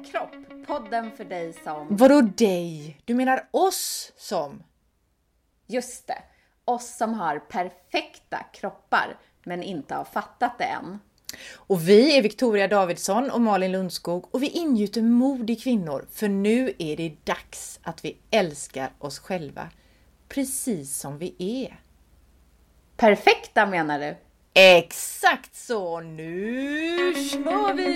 kropp, podden för dig som... Vadå dig? Du menar oss som? Just det, oss som har perfekta kroppar men inte har fattat det än. Och vi är Victoria Davidsson och Malin Lundskog och vi ingjuter mod i kvinnor för nu är det dags att vi älskar oss själva precis som vi är. Perfekta menar du? Exakt så, nu kör vi!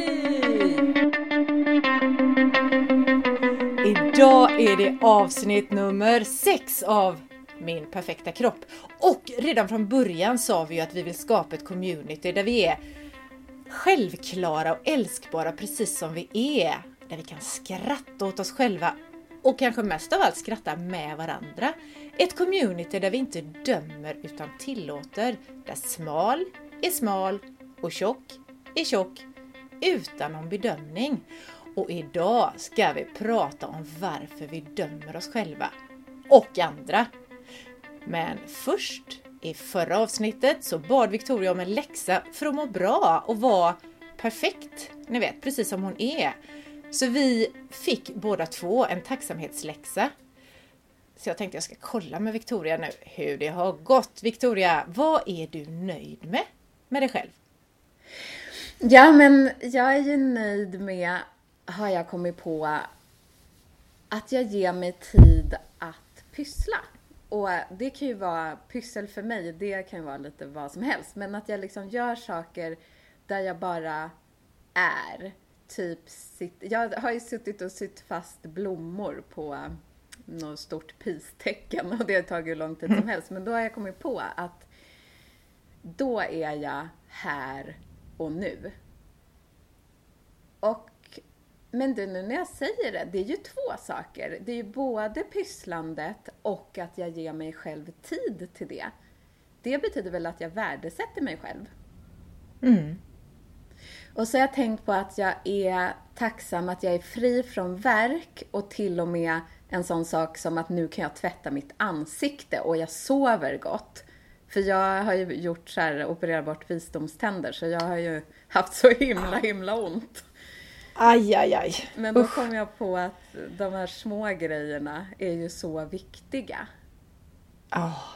Idag är det avsnitt nummer 6 av Min perfekta kropp. Och redan från början sa vi ju att vi vill skapa ett community där vi är självklara och älskbara precis som vi är. Där vi kan skratta åt oss själva och kanske mest av allt skratta med varandra. Ett community där vi inte dömer utan tillåter. Där smal är smal och tjock är tjock utan någon bedömning. Och idag ska vi prata om varför vi dömer oss själva och andra. Men först, i förra avsnittet så bad Victoria om en läxa för att må bra och vara perfekt. Ni vet, precis som hon är. Så vi fick båda två en tacksamhetsläxa. Så jag tänkte jag ska kolla med Victoria nu hur det har gått. Victoria, vad är du nöjd med dig själv? Ja, men jag är ju nöjd med, har jag kommit på, att jag ger mig tid att pyssla. Och det kan ju vara pyssel för mig, det kan ju vara lite vad som helst. Men att jag liksom gör saker där jag bara är. Typ, jag har ju suttit och sytt fast blommor på något stort pistecken. Och det har tagit hur lång tid som helst. Men då har jag kommit på att då är jag här och nu. Men du, nu när jag säger det är ju två saker. Det är ju både pysslandet och att jag ger mig själv tid till det. Det betyder väl att jag värdesätter mig själv. Mm. Och så har jag tänkt på att jag är tacksam att jag är fri från värk och till och med en sån sak som att nu kan jag tvätta mitt ansikte och jag sover gott. För jag har ju gjort så här, opererat bort visdomständer, så jag har ju haft så himla ont. Aj, aj, aj. Men då kom jag på att de här små grejerna är ju så viktiga. Oh.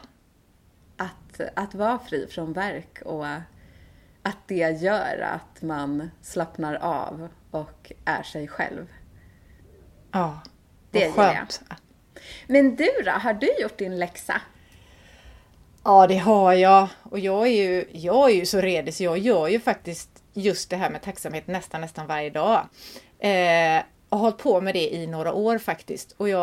Att vara fri från värk och att det gör att man slappnar av och är sig själv. Ja, det gillar jag. Men du då, har du gjort din läxa? Ja, det har jag. Och jag är ju så redig så jag gör ju faktiskt just det här med tacksamhet nästan varje dag. Och har hållit på med det i några år faktiskt. Och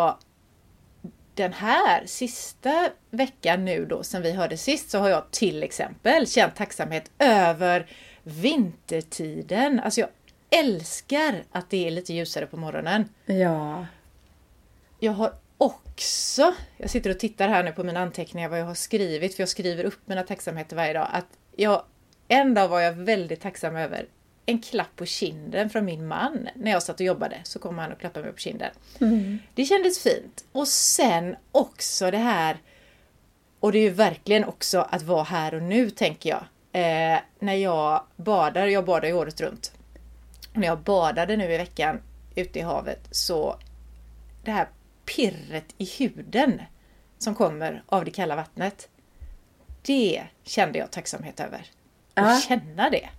den här sista veckan nu då, sen vi hörde sist, så har jag till exempel känt tacksamhet över vintertiden. Alltså jag älskar att det är lite ljusare på morgonen. Ja. Jag har också, jag sitter och tittar här nu på mina anteckningar vad jag har skrivit, för jag skriver upp mina tacksamheter varje dag, att en dag var jag väldigt tacksam över en klapp på kinden från min man. När jag satt och jobbade så kom han och klappade mig på kinden. Mm. Det kändes fint. Och sen också det här, och det är ju verkligen också att vara här och nu, tänker jag. När jag badar ju året runt. När jag badade nu i veckan ute i havet, så det här pirret i huden som kommer av det kalla vattnet, det kände jag tacksamhet över. Och känna det.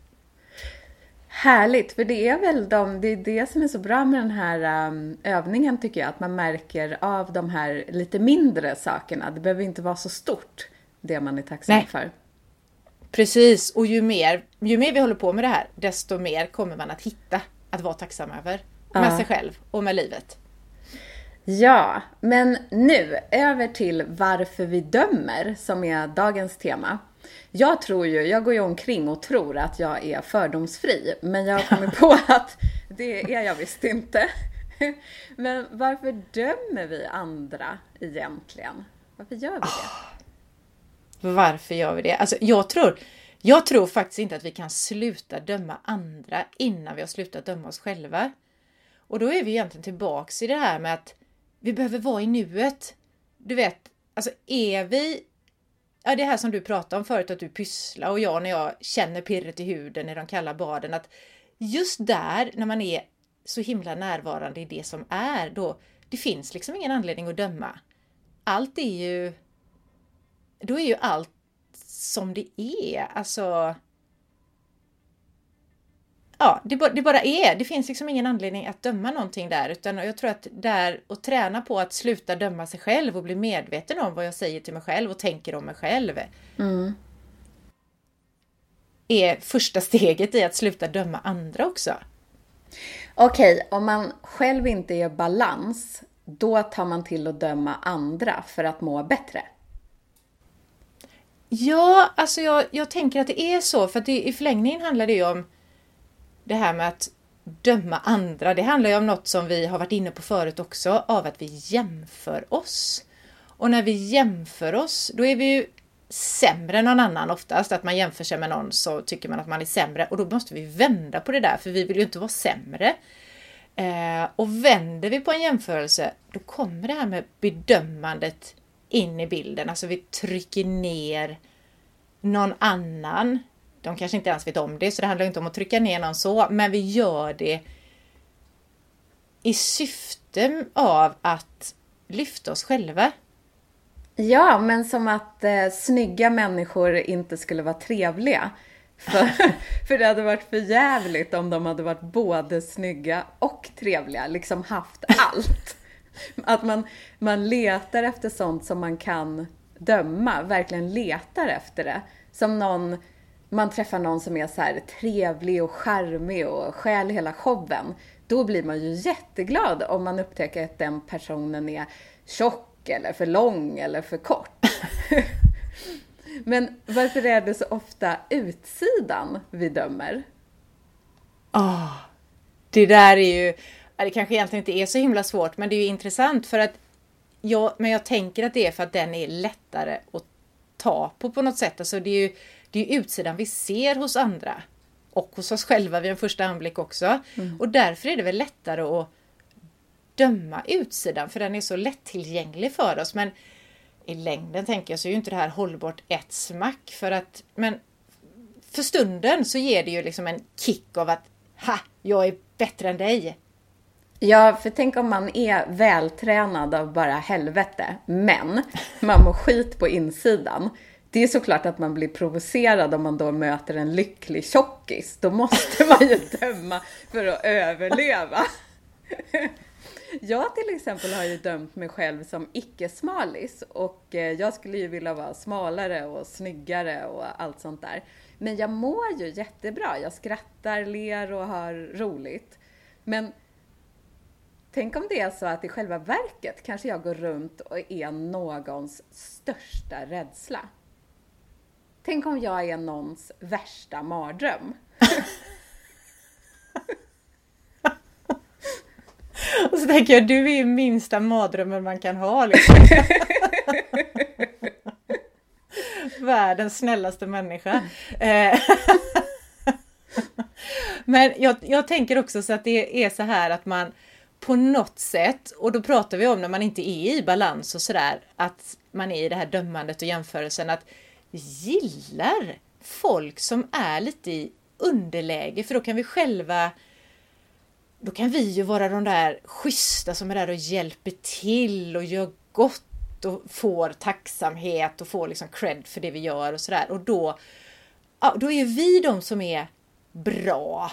Härligt, för det är väl det är det som är så bra med den här övningen, tycker jag. Att man märker av de här lite mindre sakerna. Det behöver inte vara så stort, det man är tacksam för. Precis, och ju mer vi håller på med det här, desto mer kommer man att hitta att vara tacksam över. Med sig själv och med livet. Ja, men nu över till varför vi dömer, som är dagens tema. Jag går ju omkring och tror att jag är fördomsfri, men jag har kommit på att det är jag visst inte. Men varför dömer vi andra egentligen? Varför gör vi det? Varför gör vi det? Alltså jag tror faktiskt inte att vi kan sluta döma andra innan vi har slutat döma oss själva. Och då är vi egentligen tillbaks i det här med att vi behöver vara i nuet. Du vet, alltså är vi... Ja, det här som du pratade om förut, att du pysslar, och jag när jag känner pirret i huden i de kalla baden, att just där när man är så himla närvarande i det som är, då det finns liksom ingen anledning att döma. Allt är ju, då är ju allt som det är. Alltså, ja, det bara är. Det finns liksom ingen anledning att döma någonting där. Utan jag tror att där att träna på att sluta döma sig själv och bli medveten om vad jag säger till mig själv och tänker om mig själv. Är första steget i att sluta döma andra också. Okej, om man själv inte är i balans, då tar man till att döma andra för att må bättre. Ja, alltså jag tänker att det är så. För att i förlängningen handlar det ju om det här med att döma andra. Det handlar ju om något som vi har varit inne på förut också. Av att vi jämför oss. Och när vi jämför oss, då är vi ju sämre än någon annan oftast. Att man jämför sig med någon så tycker man att man är sämre. Och då måste vi vända på det där. För vi vill ju inte vara sämre. Och vänder vi på en jämförelse, då kommer det här med bedömandet in i bilden. Alltså vi trycker ner någon annan. De kanske inte ens vet om det, så det handlar inte om att trycka ner någon så. Men vi gör det i syfte av att lyfta oss själva. Ja, men som att snygga människor inte skulle vara trevliga. För det hade varit för jävligt om de hade varit både snygga och trevliga. Liksom haft allt. Att man letar efter sånt som man kan döma. Verkligen letar efter det. Som man träffar någon som är så här trevlig och charmig och stjäl hela showen. Då blir man ju jätteglad om man upptäcker att den personen är tjock eller för lång eller för kort. Men varför är det så ofta utsidan vi dömer? Det där är ju, det kanske egentligen inte är så himla svårt, men det är ju intressant för att jag tänker att det är för att den är lättare att ta på något sätt. Alltså det är ju utsidan vi ser hos andra och hos oss själva vid en första anblick också. Och därför är det väl lättare att döma utsidan, för den är så lättillgänglig för oss. Men i längden tänker jag så är ju inte det här hållbart ett smack. Men för stunden så ger det ju liksom en kick av att jag är bättre än dig. Ja, för tänk om man är vältränad av bara helvete, men man mår skit på insidan. Det är såklart att man blir provocerad om man då möter en lycklig tjockis. Då måste man ju döma för att överleva. Jag till exempel har ju dömt mig själv som icke-smalis. Och jag skulle ju vilja vara smalare och snyggare och allt sånt där. Men jag mår ju jättebra. Jag skrattar, ler och har roligt. Men tänk om det är så att i själva verket kanske jag går runt och är någons största rädsla. Tänk om jag är någons värsta mardröm. Och så tänker jag, du är minsta mardrömmen man kan ha. Liksom. Världens snällaste människa. Men jag tänker också så att det är så här att man på något sätt, och då pratar vi om när man inte är i balans och sådär, att man är i det här dömandet och jämförelsen, att gillar folk som är lite i underläge, för då kan vi själva, då kan vi ju vara de där schyssta som är där och hjälper till och gör gott och får tacksamhet och får liksom cred för det vi gör och sådär. Och då är vi de som är bra.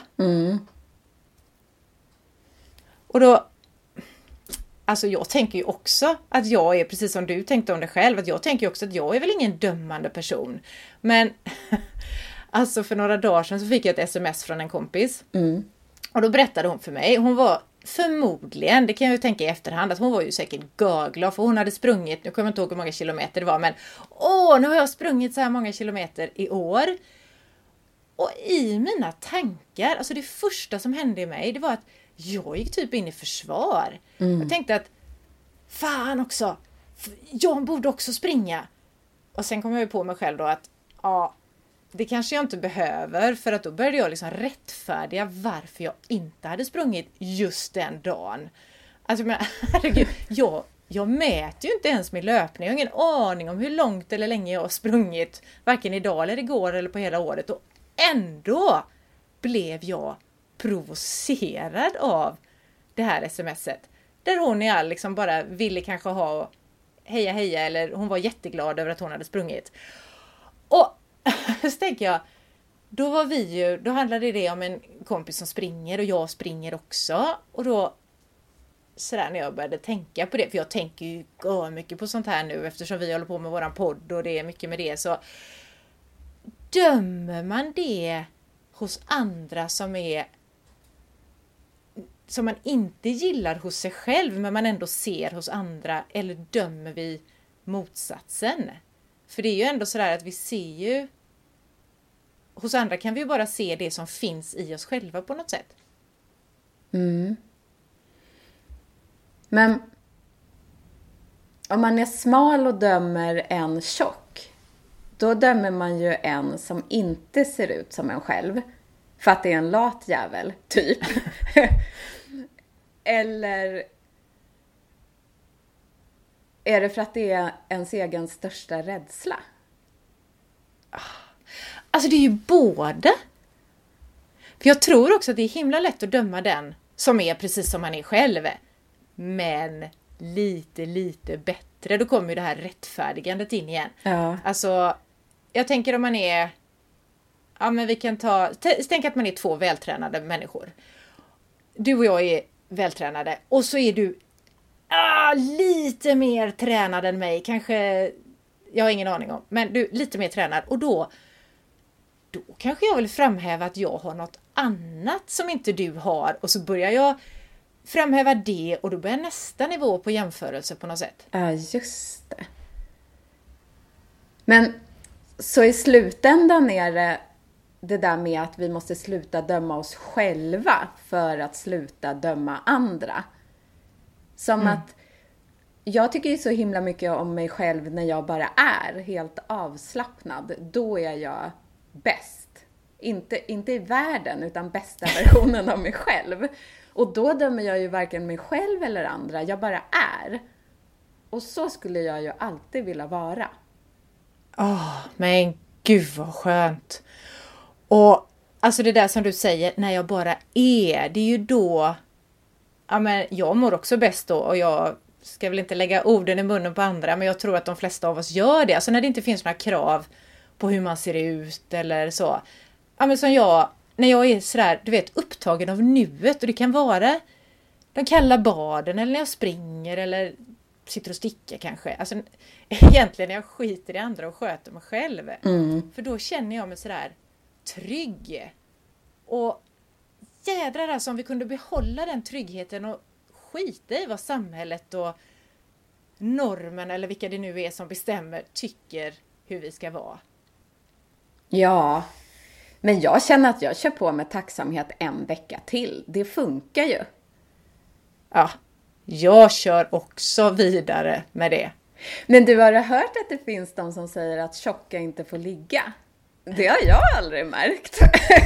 Och då, alltså jag tänker ju också att jag är precis som du tänkte om dig själv, att jag tänker också att jag är väl ingen dömande person. Men alltså för några dagar sedan så fick jag ett sms från en kompis. Och då berättade hon för mig, hon var förmodligen, det kan jag ju tänka i efterhand, att hon var ju säkert görglad för hon hade sprungit, nu kommer jag inte ihåg hur många kilometer det var, men nu har jag sprungit så här många kilometer i år. Och i mina tankar, alltså det första som hände i mig, det var att jag gick typ in i försvar. Jag tänkte att fan också, jag borde också springa. Och sen kom jag ju på mig själv då att det kanske jag inte behöver, för att då började jag liksom rättfärdiga varför jag inte hade sprungit just den dagen. Alltså men herregud, jag mäter ju inte ens min löpning. Jag har ingen aning om hur långt eller länge jag har sprungit, varken idag eller igår eller på hela året. Och ändå blev jag provocerad av det här smset. Där hon i all liksom bara ville kanske ha heja heja, eller hon var jätteglad över att hon hade sprungit. Och så tänker jag, då handlade det om en kompis som springer och jag springer också. Och då sådär när jag började tänka på det, för jag tänker ju mycket på sånt här nu eftersom vi håller på med våran podd och det är mycket med det, så dömer man det hos andra som man inte gillar hos sig själv men man ändå ser hos andra, eller dömer vi motsatsen? För det är ju ändå sådär att vi ser ju, hos andra kan vi ju bara se det som finns i oss själva på något sätt. Men om man är smal och dömer en tjock, då dömer man ju en som inte ser ut som en själv. För att det är en lat jävel, typ. Eller är det för att det är ens egen största rädsla? Alltså det är ju båda. För jag tror också att det är himla lätt att döma den som är precis som man är själv. Men lite bättre. Då kommer ju det här rättfärdigandet in igen. Ja. Alltså, jag tänker om man är... Ja, men vi kan tänk att man är 2 vältränade människor. Du och jag är vältränade. Och så är du lite mer tränad än mig. Kanske, jag har ingen aning om. Men du är lite mer tränad. Och då kanske jag vill framhäva att jag har något annat som inte du har. Och så börjar jag framhäva det. Och då börjar nästa nivå på jämförelse på något sätt. Ja, just det. Men så i slutändan är det där med att vi måste sluta döma oss själva för att sluta döma andra. Som att jag tycker ju så himla mycket om mig själv när jag bara är helt avslappnad. Då är jag bäst. Inte i världen utan bästa versionen av mig själv. Och då dömer jag ju varken mig själv eller andra. Jag bara är. Och så skulle jag ju alltid vilja vara. Men gud vad skönt. Och alltså det där som du säger, när jag bara är, det är ju då, ja men jag mår också bäst då, och jag ska väl inte lägga orden i munnen på andra, men jag tror att de flesta av oss gör det. Alltså när det inte finns några krav på hur man ser ut eller så. Ja men som när jag är sådär, du vet, upptagen av nuet, och det kan vara de kalla baden eller när jag springer eller sitter och stickar kanske. Alltså egentligen när jag skiter i andra och sköter mig själv. För då känner jag mig sådär trygg. Och jädrar alltså om vi kunde behålla den tryggheten och skita i vad samhället och normen eller vilka det nu är som bestämmer tycker hur vi ska vara. Ja, men jag känner att jag kör på med tacksamhet en vecka till. Det funkar ju. Ja, jag kör också vidare med det. Men du har hört att det finns de som säger att tjocka inte får ligga? Det har jag aldrig märkt.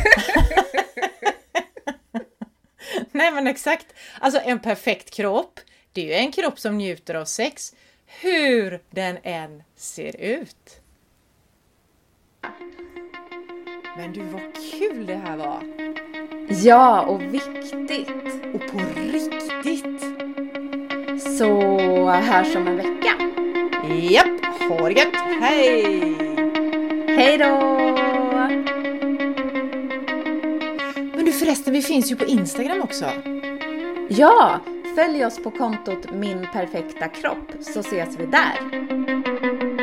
Nej men exakt. Alltså en perfekt kropp, det är ju en kropp som njuter av sex. Hur den än ser ut. Men du, vad kul det här var. Ja, och viktigt. Och på riktigt. Så hörs om en vecka. Japp, ha det gött. Hej! Hej då! Men du förresten, vi finns ju på Instagram också. Ja, följ oss på kontot Min Perfekta Kropp så ses vi där.